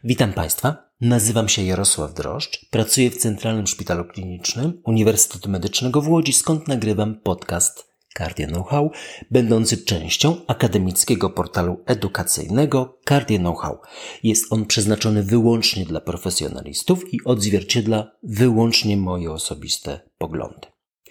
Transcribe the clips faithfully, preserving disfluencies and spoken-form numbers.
Witam Państwa, nazywam się Jarosław Droszcz, pracuję w Centralnym Szpitalu Klinicznym Uniwersytetu Medycznego w Łodzi, skąd nagrywam podcast Cardio Know-how, będący częścią akademickiego portalu edukacyjnego Cardio Know-how. Jest on przeznaczony wyłącznie dla profesjonalistów i odzwierciedla wyłącznie moje osobiste poglądy.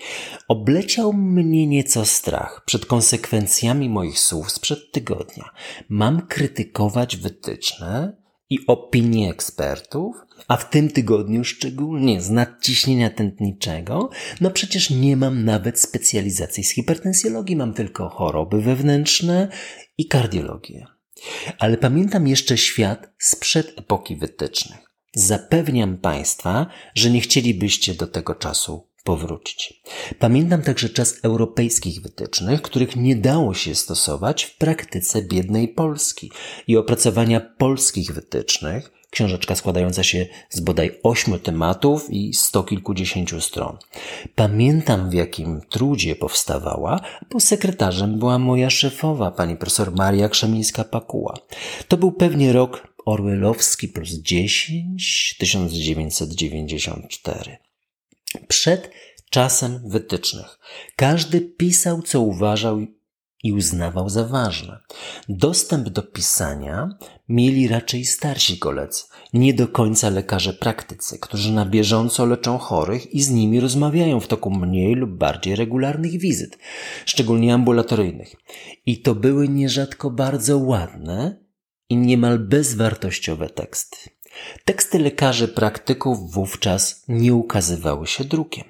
Obleciał mnie nieco strach przed konsekwencjami moich słów sprzed tygodnia. Mam krytykować wytyczne i opinie ekspertów, a w tym tygodniu szczególnie z nadciśnienia tętniczego? No przecież nie mam nawet specjalizacji z hipertensjologii, mam tylko choroby wewnętrzne i kardiologię. Ale pamiętam jeszcze świat sprzed epoki wytycznych. Zapewniam Państwa, że nie chcielibyście do tego czasu powrócić. Pamiętam także czas europejskich wytycznych, których nie dało się stosować w praktyce biednej Polski i opracowania polskich wytycznych, książeczka składająca się z bodaj ośmiu tematów i sto kilkudziesięciu stron. Pamiętam, w jakim trudzie powstawała, bo sekretarzem była moja szefowa, pani profesor Maria Krzemińska-Pakuła. To był pewnie rok orwellowski plus dziesięć, tysiąc dziewięćset dziewięćdziesiąt cztery. Przed czasem wytycznych każdy pisał, co uważał i uznawał za ważne. Dostęp do pisania mieli raczej starsi koledzy, nie do końca lekarze praktycy, którzy na bieżąco leczą chorych i z nimi rozmawiają w toku mniej lub bardziej regularnych wizyt, szczególnie ambulatoryjnych. I to były nierzadko bardzo ładne i niemal bezwartościowe teksty. Teksty lekarzy praktyków wówczas nie ukazywały się drukiem.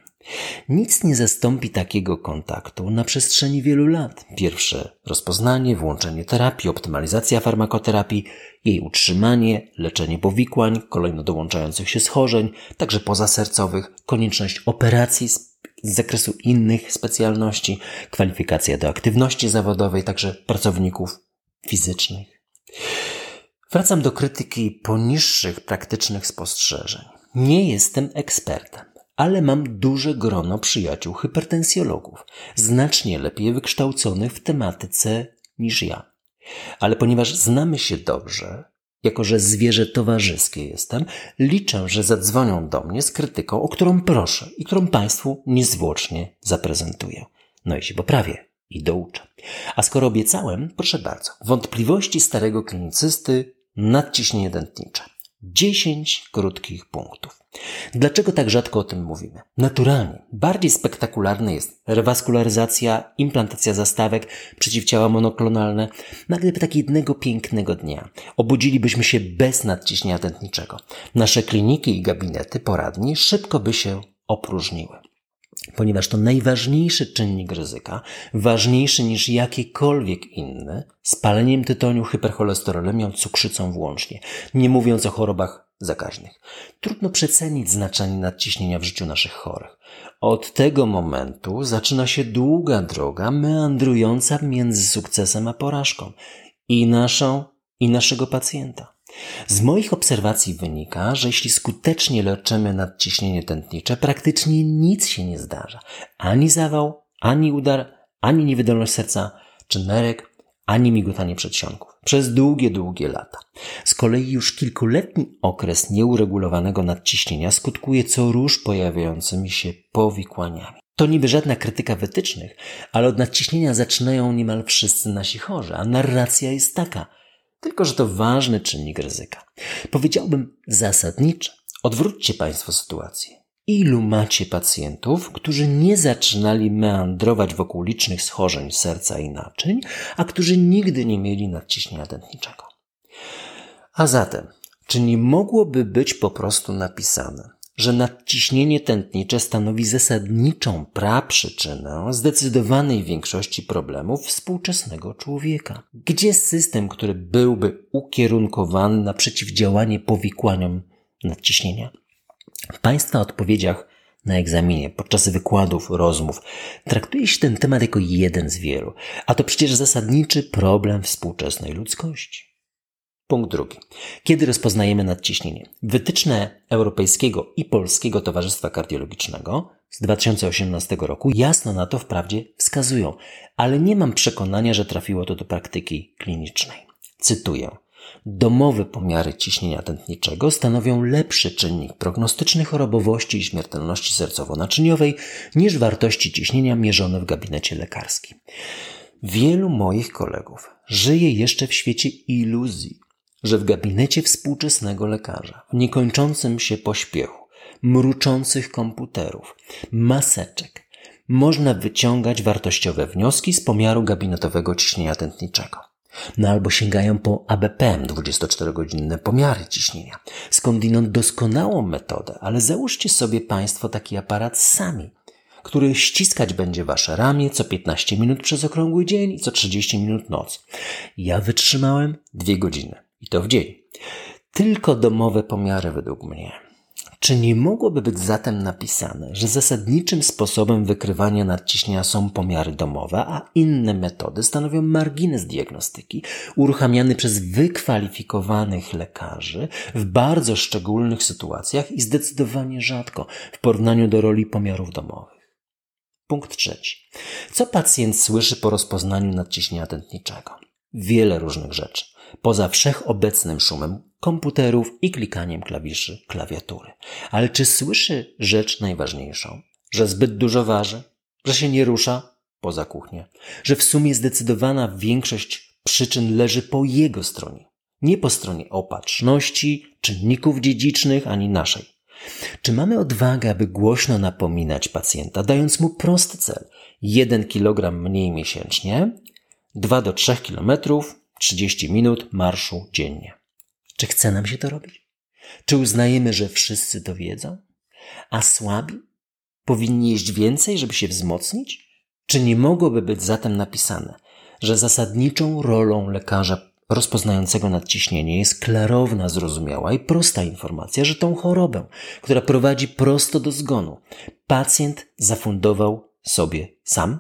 Nic nie zastąpi takiego kontaktu na przestrzeni wielu lat. Pierwsze rozpoznanie, włączenie terapii, optymalizacja farmakoterapii, jej utrzymanie, leczenie powikłań, kolejno dołączających się schorzeń, także pozasercowych, konieczność operacji z zakresu innych specjalności, kwalifikacja do aktywności zawodowej, także pracowników fizycznych. Wracam do krytyki poniższych praktycznych spostrzeżeń. Nie jestem ekspertem, ale mam duże grono przyjaciół hipertensjologów, znacznie lepiej wykształconych w tematyce niż ja. Ale ponieważ znamy się dobrze, jako że zwierzę towarzyskie jestem, liczę, że zadzwonią do mnie z krytyką, o którą proszę i którą Państwu niezwłocznie zaprezentuję. No i się poprawię i douczę. A skoro obiecałem, proszę bardzo, wątpliwości starego klinicysty, nadciśnienie tętnicze. Dziesięć krótkich punktów. Dlaczego tak rzadko o tym mówimy? Naturalnie, bardziej spektakularne jest rewaskularyzacja, implantacja zastawek, przeciwciała monoklonalne. No, gdyby tak jednego pięknego dnia obudzilibyśmy się bez nadciśnienia tętniczego, nasze kliniki i gabinety poradni szybko by się opróżniły. Ponieważ to najważniejszy czynnik ryzyka, ważniejszy niż jakikolwiek inny, z paleniem tytoniu, hypercholesterolemią, cukrzycą włącznie, nie mówiąc o chorobach zakaźnych. Trudno przecenić znaczenie nadciśnienia w życiu naszych chorych. Od tego momentu zaczyna się długa droga meandrująca między sukcesem a porażką i naszą, i naszego pacjenta. Z moich obserwacji wynika, że jeśli skutecznie leczymy nadciśnienie tętnicze, praktycznie nic się nie zdarza. Ani zawał, ani udar, ani niewydolność serca czy nerek, ani migotanie przedsionków. Przez długie, długie lata. Z kolei już kilkuletni okres nieuregulowanego nadciśnienia skutkuje co róż pojawiającymi się powikłaniami. To niby żadna krytyka wytycznych, ale od nadciśnienia zaczynają niemal wszyscy nasi chorzy, a narracja jest taka, tylko że to ważny czynnik ryzyka. Powiedziałbym zasadnicze. Odwróćcie Państwo sytuację. Ilu macie pacjentów, którzy nie zaczynali meandrować wokół licznych schorzeń serca i naczyń, a którzy nigdy nie mieli nadciśnienia tętniczego? A zatem, czy nie mogłoby być po prostu napisane, że nadciśnienie tętnicze stanowi zasadniczą praprzyczynę zdecydowanej większości problemów współczesnego człowieka? Gdzie system, który byłby ukierunkowany na przeciwdziałanie powikłaniom nadciśnienia? W Państwa odpowiedziach na egzaminie, podczas wykładów, rozmów traktuje się ten temat jako jeden z wielu, a to przecież zasadniczy problem współczesnej ludzkości. Punkt drugi. Kiedy rozpoznajemy nadciśnienie? Wytyczne Europejskiego i Polskiego Towarzystwa Kardiologicznego z dwa tysiące osiemnastego roku jasno na to wprawdzie wskazują, ale nie mam przekonania, że trafiło to do praktyki klinicznej. Cytuję. Domowe pomiary ciśnienia tętniczego stanowią lepszy czynnik prognostyczny chorobowości i śmiertelności sercowo-naczyniowej niż wartości ciśnienia mierzone w gabinecie lekarskim. Wielu moich kolegów żyje jeszcze w świecie iluzji, że w gabinecie współczesnego lekarza, w niekończącym się pośpiechu, mruczących komputerów, maseczek, można wyciągać wartościowe wnioski z pomiaru gabinetowego ciśnienia tętniczego. No albo sięgają po A B P M, dwudziestoczterogodzinne pomiary ciśnienia. Skądinąd doskonałą metodę, ale załóżcie sobie Państwo taki aparat sami, który ściskać będzie Wasze ramię co piętnaście minut przez okrągły dzień i co trzydzieści minut noc. Ja wytrzymałem dwie godziny i to w dzień. Tylko domowe pomiary według mnie. Czy nie mogłoby być zatem napisane, że zasadniczym sposobem wykrywania nadciśnienia są pomiary domowe, a inne metody stanowią margines diagnostyki uruchamiany przez wykwalifikowanych lekarzy w bardzo szczególnych sytuacjach i zdecydowanie rzadko w porównaniu do roli pomiarów domowych? Punkt trzeci. Co pacjent słyszy po rozpoznaniu nadciśnienia tętniczego? Wiele różnych rzeczy. Poza wszechobecnym szumem komputerów i klikaniem klawiszy klawiatury. Ale czy słyszy rzecz najważniejszą? Że zbyt dużo waży? Że się nie rusza? Poza kuchnię. Że w sumie zdecydowana większość przyczyn leży po jego stronie. Nie po stronie opatrzności, czynników dziedzicznych, ani naszej. Czy mamy odwagę, aby głośno napominać pacjenta, dając mu prosty cel? jeden kilogram mniej miesięcznie, dwa do trzech kilometrów, trzydzieści minut marszu dziennie. Czy chce nam się to robić? Czy uznajemy, że wszyscy to wiedzą? A słabi powinni jeść więcej, żeby się wzmocnić? Czy nie mogłoby być zatem napisane, że zasadniczą rolą lekarza rozpoznającego nadciśnienie jest klarowna, zrozumiała i prosta informacja, że tą chorobę, która prowadzi prosto do zgonu, pacjent zafundował sobie sam?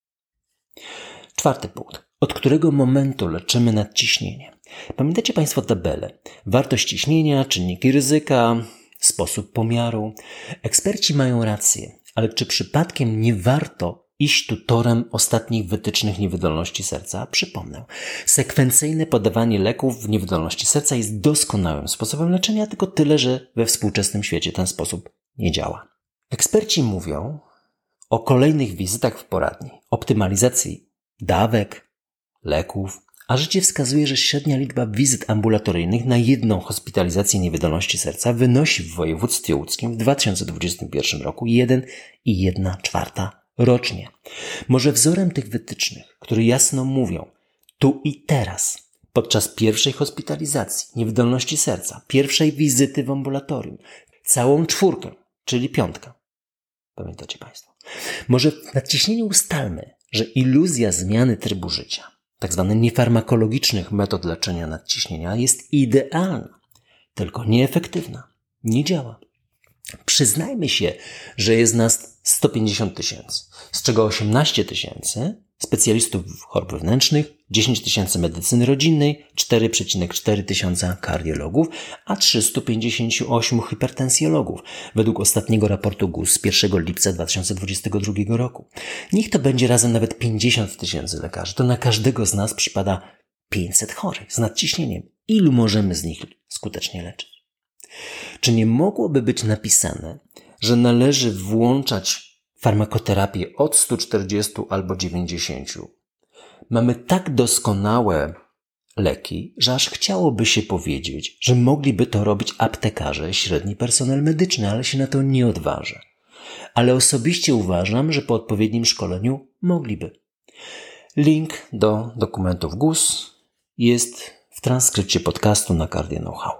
Czwarty punkt. Od którego momentu leczymy nadciśnienie? Pamiętacie Państwo tabelę? Wartość ciśnienia, czynniki ryzyka, sposób pomiaru. Eksperci mają rację, ale czy przypadkiem nie warto iść tu torem ostatnich wytycznych niewydolności serca? Przypomnę, sekwencyjne podawanie leków w niewydolności serca jest doskonałym sposobem leczenia, tylko tyle, że we współczesnym świecie ten sposób nie działa. Eksperci mówią o kolejnych wizytach w poradni, optymalizacji dawek, leków, a życie wskazuje, że średnia liczba wizyt ambulatoryjnych na jedną hospitalizację niewydolności serca wynosi w województwie łódzkim w dwa tysiące dwudziestym pierwszym roku jeden i jedna czwarta rocznie. Może wzorem tych wytycznych, które jasno mówią tu i teraz, podczas pierwszej hospitalizacji niewydolności serca, pierwszej wizyty w ambulatorium, całą czwórkę, czyli piątkę. Pamiętacie Państwo? Może w nadciśnieniu ustalmy, że iluzja zmiany trybu życia, tak zwanych niefarmakologicznych metod leczenia nadciśnienia jest idealna, tylko nieefektywna, nie działa. Przyznajmy się, że jest nas sto pięćdziesiąt tysięcy, z czego osiemnaście tysięcy specjalistów chorób wewnętrznych, dziesięć tysięcy medycyny rodzinnej, cztery przecinek cztery tysiąca kardiologów, a trzysta pięćdziesiąt osiem hipertensjologów, według ostatniego raportu G U S z pierwszego lipca dwa tysiące dwudziestego drugiego roku. Niech to będzie razem nawet pięćdziesiąt tysięcy lekarzy. To na każdego z nas przypada pięćset chorych z nadciśnieniem. Ilu możemy z nich skutecznie leczyć? Czy nie mogłoby być napisane, że należy włączać farmakoterapię od stu czterdziestu albo dziewięćdziesięciu? Mamy tak doskonałe leki, że aż chciałoby się powiedzieć, że mogliby to robić aptekarze, średni personel medyczny, ale się na to nie odważę. Ale osobiście uważam, że po odpowiednim szkoleniu mogliby. Link do dokumentów G U S jest w transkrypcie podcastu na Cardio Know-how.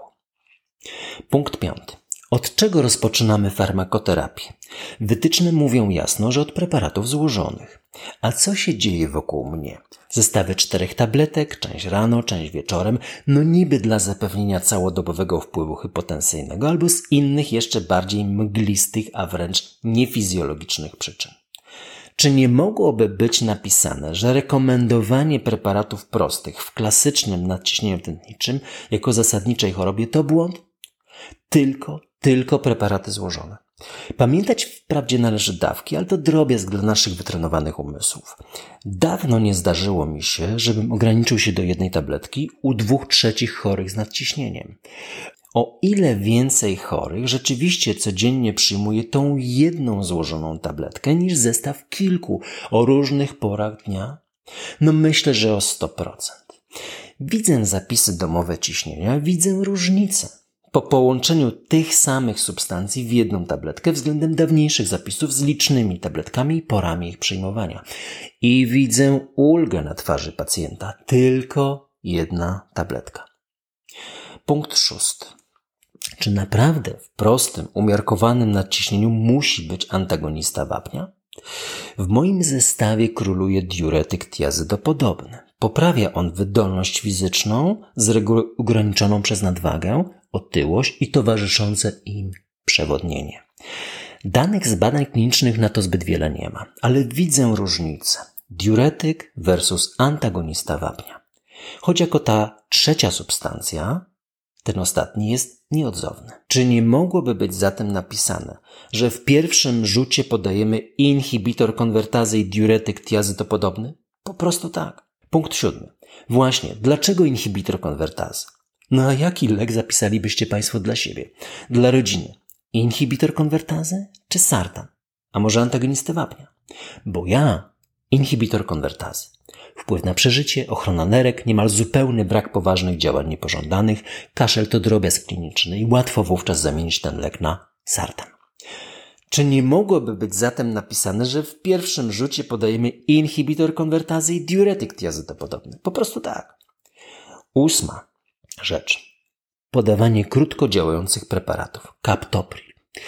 Punkt piąty. Od czego rozpoczynamy farmakoterapię? Wytyczne mówią jasno, że od preparatów złożonych. A co się dzieje wokół mnie? Zestawy czterech tabletek, część rano, część wieczorem, no niby dla zapewnienia całodobowego wpływu hipotensyjnego albo z innych jeszcze bardziej mglistych, a wręcz niefizjologicznych przyczyn. Czy nie mogłoby być napisane, że rekomendowanie preparatów prostych w klasycznym nadciśnieniu tętniczym jako zasadniczej chorobie to błąd? Tylko, tylko preparaty złożone. Pamiętać wprawdzie należy dawki, ale to drobiazg dla naszych wytrenowanych umysłów. Dawno nie zdarzyło mi się, żebym ograniczył się do jednej tabletki u dwóch trzecich chorych z nadciśnieniem. O ile więcej chorych rzeczywiście codziennie przyjmuje tą jedną złożoną tabletkę niż zestaw kilku o różnych porach dnia? No myślę, że o sto procent. Widzę zapisy domowe ciśnienia, widzę różnicę po połączeniu tych samych substancji w jedną tabletkę względem dawniejszych zapisów z licznymi tabletkami i porami ich przyjmowania. I widzę ulgę na twarzy pacjenta. Tylko jedna tabletka. Punkt szósty. Czy naprawdę w prostym, umiarkowanym nadciśnieniu musi być antagonista wapnia? W moim zestawie króluje diuretyk tiazydopodobny. Poprawia on wydolność fizyczną, z reguły ograniczoną przez nadwagę, otyłość i towarzyszące im przewodnienie. Danych z badań klinicznych na to zbyt wiele nie ma, ale widzę różnicę. Diuretyk versus antagonista wapnia. Choć jako ta trzecia substancja, ten ostatni jest nieodzowny. Czy nie mogłoby być zatem napisane, że w pierwszym rzucie podajemy inhibitor konwertazy i diuretyk tiazydopodobny? Po prostu tak. Punkt siódmy. Właśnie, dlaczego inhibitor konwertazy? No a jaki lek zapisalibyście Państwo dla siebie? Dla rodziny? Inhibitor konwertazy czy sartan? A może antagonistę wapnia? Bo ja inhibitor konwertazy. Wpływ na przeżycie, ochrona nerek, niemal zupełny brak poważnych działań niepożądanych, kaszel to drobiazg kliniczny i łatwo wówczas zamienić ten lek na sartan. Czy nie mogłoby być zatem napisane, że w pierwszym rzucie podajemy inhibitor konwertazy i diuretyk tiazydopodobny? Po prostu tak. Ósma rzecz. Podawanie krótko działających preparatów. Captopril.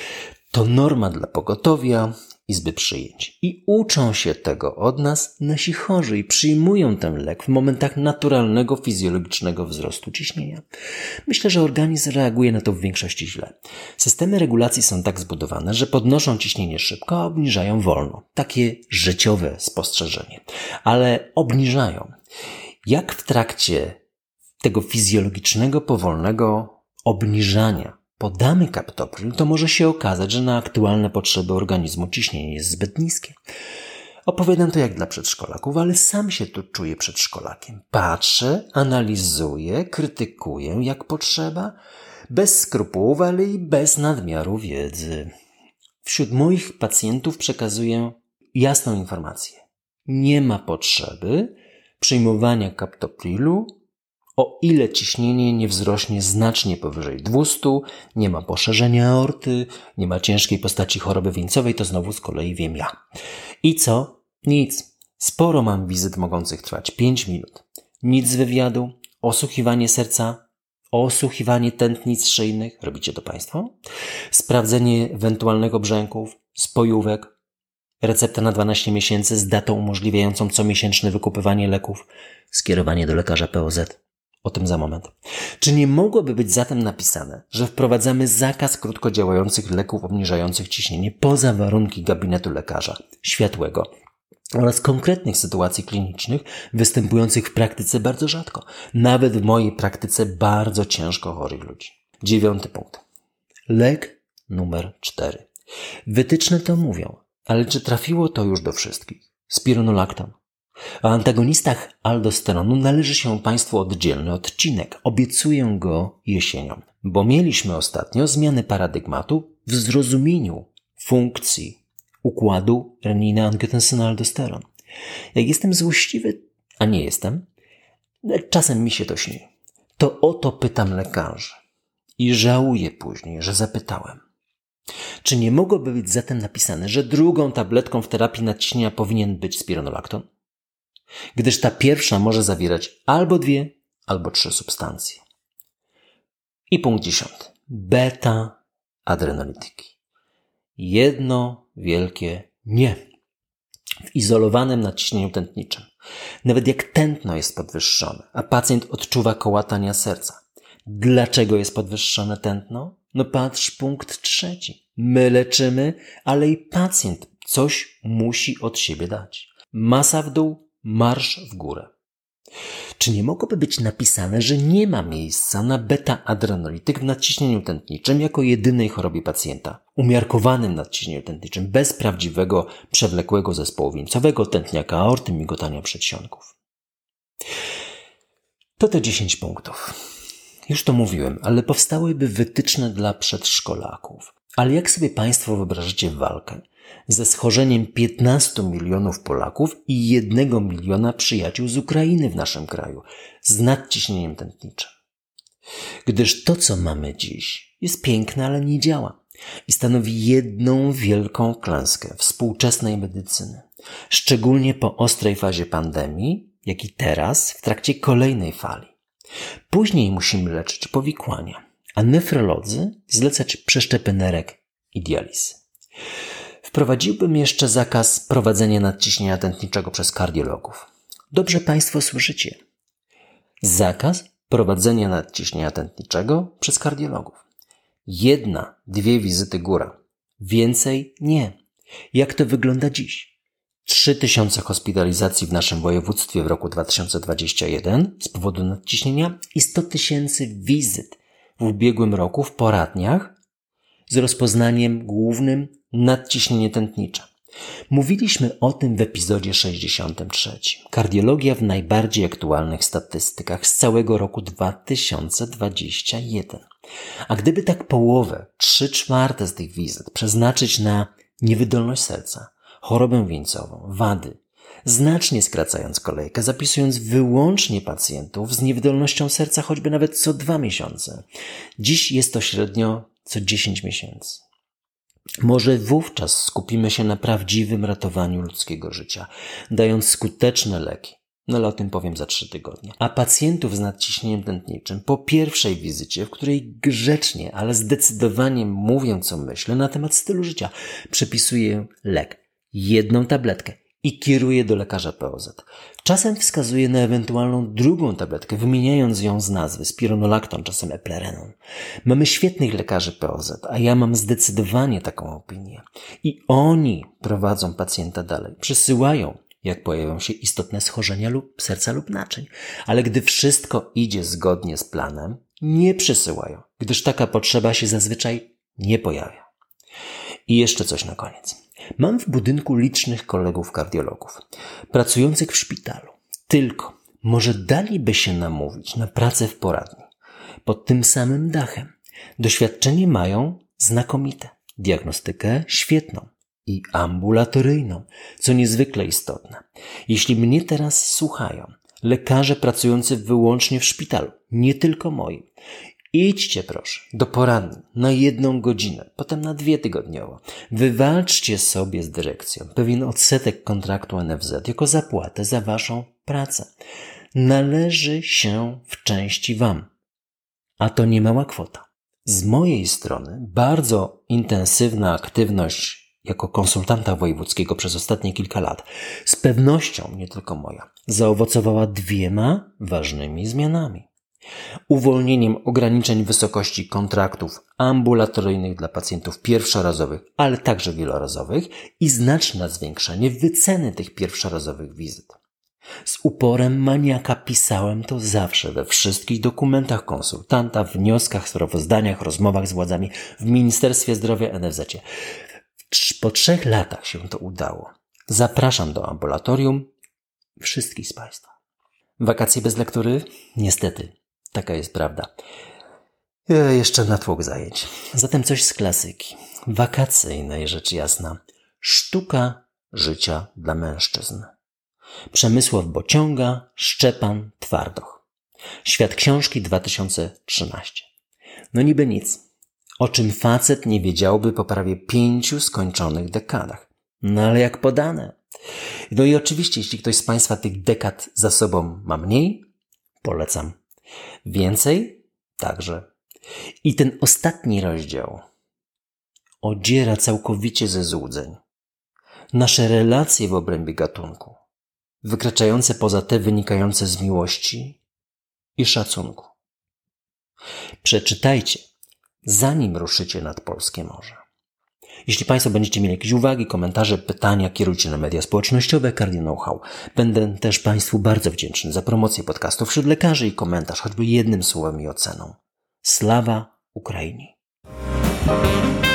To norma dla pogotowia, izby przyjęć. I uczą się tego od nas nasi chorzy i przyjmują ten lek w momentach naturalnego, fizjologicznego wzrostu ciśnienia. Myślę, że organizm reaguje na to w większości źle. Systemy regulacji są tak zbudowane, że podnoszą ciśnienie szybko, a obniżają wolno. Takie życiowe spostrzeżenie. Ale obniżają. Jak w trakcie tego fizjologicznego, powolnego obniżania podamy captopril, to może się okazać, że na aktualne potrzeby organizmu ciśnienie jest zbyt niskie. Opowiadam to jak dla przedszkolaków, ale sam się tu czuję przedszkolakiem. Patrzę, analizuję, krytykuję jak potrzeba, bez skrupułów, ale i bez nadmiaru wiedzy. Wśród moich pacjentów przekazuję jasną informację. Nie ma potrzeby przyjmowania captoprilu, o ile ciśnienie nie wzrośnie znacznie powyżej dwieście, nie ma poszerzenia aorty, nie ma ciężkiej postaci choroby wieńcowej, to znowu z kolei wiem ja. I co? Nic. Sporo mam wizyt mogących trwać pięć minut. Nic z wywiadu, osłuchiwanie serca, osłuchiwanie tętnic szyjnych, robicie to Państwo? Sprawdzenie ewentualnego brzęków, spojówek, recepta na dwanaście miesięcy z datą umożliwiającą comiesięczne wykupywanie leków, skierowanie do lekarza P O Z. O tym za moment. Czy nie mogłoby być zatem napisane, że wprowadzamy zakaz krótko działających leków obniżających ciśnienie poza warunki gabinetu lekarza światłego oraz konkretnych sytuacji klinicznych występujących w praktyce bardzo rzadko, nawet w mojej praktyce bardzo ciężko chorych ludzi? Dziewiąty punkt. Lek numer cztery. Wytyczne to mówią, ale czy trafiło to już do wszystkich? Spironolakton. O antagonistach aldosteronu należy się Państwu oddzielny odcinek. Obiecuję go jesienią, bo mieliśmy ostatnio zmiany paradygmatu w zrozumieniu funkcji układu renina-angiotensyna-aldosteron. Jak jestem złośliwy, a nie jestem, czasem mi się to śni, to o to pytam lekarzy i żałuję później, że zapytałem. Czy nie mogłoby być zatem napisane, że drugą tabletką w terapii nadciśnienia powinien być spironolakton? Gdyż ta pierwsza może zawierać albo dwie, albo trzy substancje. I punkt dziesiąty. Beta-adrenolityki. Jedno wielkie nie. W izolowanym nadciśnieniu tętniczym. Nawet jak tętno jest podwyższone, a pacjent odczuwa kołatania serca. Dlaczego jest podwyższone tętno? No patrz, punkt trzeci. My leczymy, ale i pacjent coś musi od siebie dać. Masa w dół, marsz w górę. Czy nie mogłoby być napisane, że nie ma miejsca na beta-adrenolityk w nadciśnieniu tętniczym jako jedynej chorobie pacjenta, umiarkowanym nadciśnieniu tętniczym, bez prawdziwego, przewlekłego zespołu wieńcowego, tętniaka aorty, migotania przedsionków? To te dziesięć punktów. Już to mówiłem, ale powstałyby wytyczne dla przedszkolaków. Ale jak sobie Państwo wyobrażacie walkę ze schorzeniem piętnastu milionów Polaków i jednego miliona przyjaciół z Ukrainy w naszym kraju z nadciśnieniem tętniczym? Gdyż to, co mamy dziś, jest piękne, ale nie działa i stanowi jedną wielką klęskę współczesnej medycyny, szczególnie po ostrej fazie pandemii, jak i teraz w trakcie kolejnej fali. Później musimy leczyć powikłania, a nefrolodzy zlecać przeszczepy nerek i dializy. Wprowadziłbym jeszcze zakaz prowadzenia nadciśnienia tętniczego przez kardiologów. Dobrze Państwo słyszycie. Zakaz prowadzenia nadciśnienia tętniczego przez kardiologów. Jedna, dwie wizyty góra. Więcej nie. Jak to wygląda dziś? trzy tysiące hospitalizacji w naszym województwie w roku dwa tysiące dwudziestym pierwszym z powodu nadciśnienia i sto tysięcy wizyt w ubiegłym roku w poradniach z rozpoznaniem głównym nadciśnienie tętnicze. Mówiliśmy o tym w epizodzie sześćdziesiątym trzecim. Kardiologia w najbardziej aktualnych statystykach z całego roku dwa tysiące dwudziestego pierwszego. A gdyby tak połowę, trzy czwarte z tych wizyt przeznaczyć na niewydolność serca, chorobę wieńcową, wady, znacznie skracając kolejkę, zapisując wyłącznie pacjentów z niewydolnością serca choćby nawet co dwa miesiące. Dziś jest to średnio co dziesięć miesięcy. Może wówczas skupimy się na prawdziwym ratowaniu ludzkiego życia, dając skuteczne leki. No ale o tym powiem za trzy tygodnie. A pacjentów z nadciśnieniem tętniczym po pierwszej wizycie, w której grzecznie, ale zdecydowanie mówię, co myślę na temat stylu życia, przepisuję lek, jedną tabletkę i kieruję do lekarza P O Z. Czasem wskazuję na ewentualną drugą tabletkę, wymieniając ją z nazwy spironolakton, czasem eplereną. Mamy świetnych lekarzy P O Z, a ja mam zdecydowanie taką opinię. I oni prowadzą pacjenta dalej, przysyłają, jak pojawią się istotne schorzenia lub serca lub naczyń. Ale gdy wszystko idzie zgodnie z planem, nie przysyłają, gdyż taka potrzeba się zazwyczaj nie pojawia. I jeszcze coś na koniec. Mam w budynku licznych kolegów kardiologów, pracujących w szpitalu. Tylko może daliby się namówić na pracę w poradni, pod tym samym dachem. Doświadczenie mają znakomite, diagnostykę świetną i ambulatoryjną, co niezwykle istotne. Jeśli mnie teraz słuchają lekarze pracujący wyłącznie w szpitalu, nie tylko moi, idźcie proszę do poradni na jedną godzinę, potem na dwie tygodniowo. Wywalczcie sobie z dyrekcją pewien odsetek kontraktu N F Z jako zapłatę za waszą pracę. Należy się w części wam, a to nie mała kwota. Z mojej strony bardzo intensywna aktywność jako konsultanta wojewódzkiego przez ostatnie kilka lat, z pewnością nie tylko moja, zaowocowała dwiema ważnymi zmianami. Uwolnieniem ograniczeń wysokości kontraktów ambulatoryjnych dla pacjentów pierwszorazowych, ale także wielorazowych i znaczne zwiększenie wyceny tych pierwszorazowych wizyt. Z uporem maniaka pisałem to zawsze we wszystkich dokumentach konsultanta, wnioskach, sprawozdaniach, rozmowach z władzami w Ministerstwie Zdrowia, N F Z-cie. Po trzech latach się to udało. Zapraszam do ambulatorium wszystkich z Państwa. Wakacje bez lektury? Niestety. Taka jest prawda. E, jeszcze natłok zajęć. Zatem coś z klasyki. Wakacyjnej, rzecz jasna. Sztuka życia dla mężczyzn. Przemysław Bociąga, Szczepan Twardoch. Świat książki dwa tysiące trzynaście. No niby nic. O czym facet nie wiedziałby po prawie pięciu skończonych dekadach. No ale jak podane. No i oczywiście, jeśli ktoś z Państwa tych dekad za sobą ma mniej, polecam. Więcej? Także. I ten ostatni rozdział odziera całkowicie ze złudzeń nasze relacje w obrębie gatunku, wykraczające poza te wynikające z miłości i szacunku. Przeczytajcie, zanim ruszycie nad polskie morze. Jeśli Państwo będziecie mieli jakieś uwagi, komentarze, pytania, kierujcie na media społecznościowe Cardio Know-how. Będę też Państwu bardzo wdzięczny za promocję podcastu wśród lekarzy i komentarz, choćby jednym słowem i oceną. Sława Ukrainie!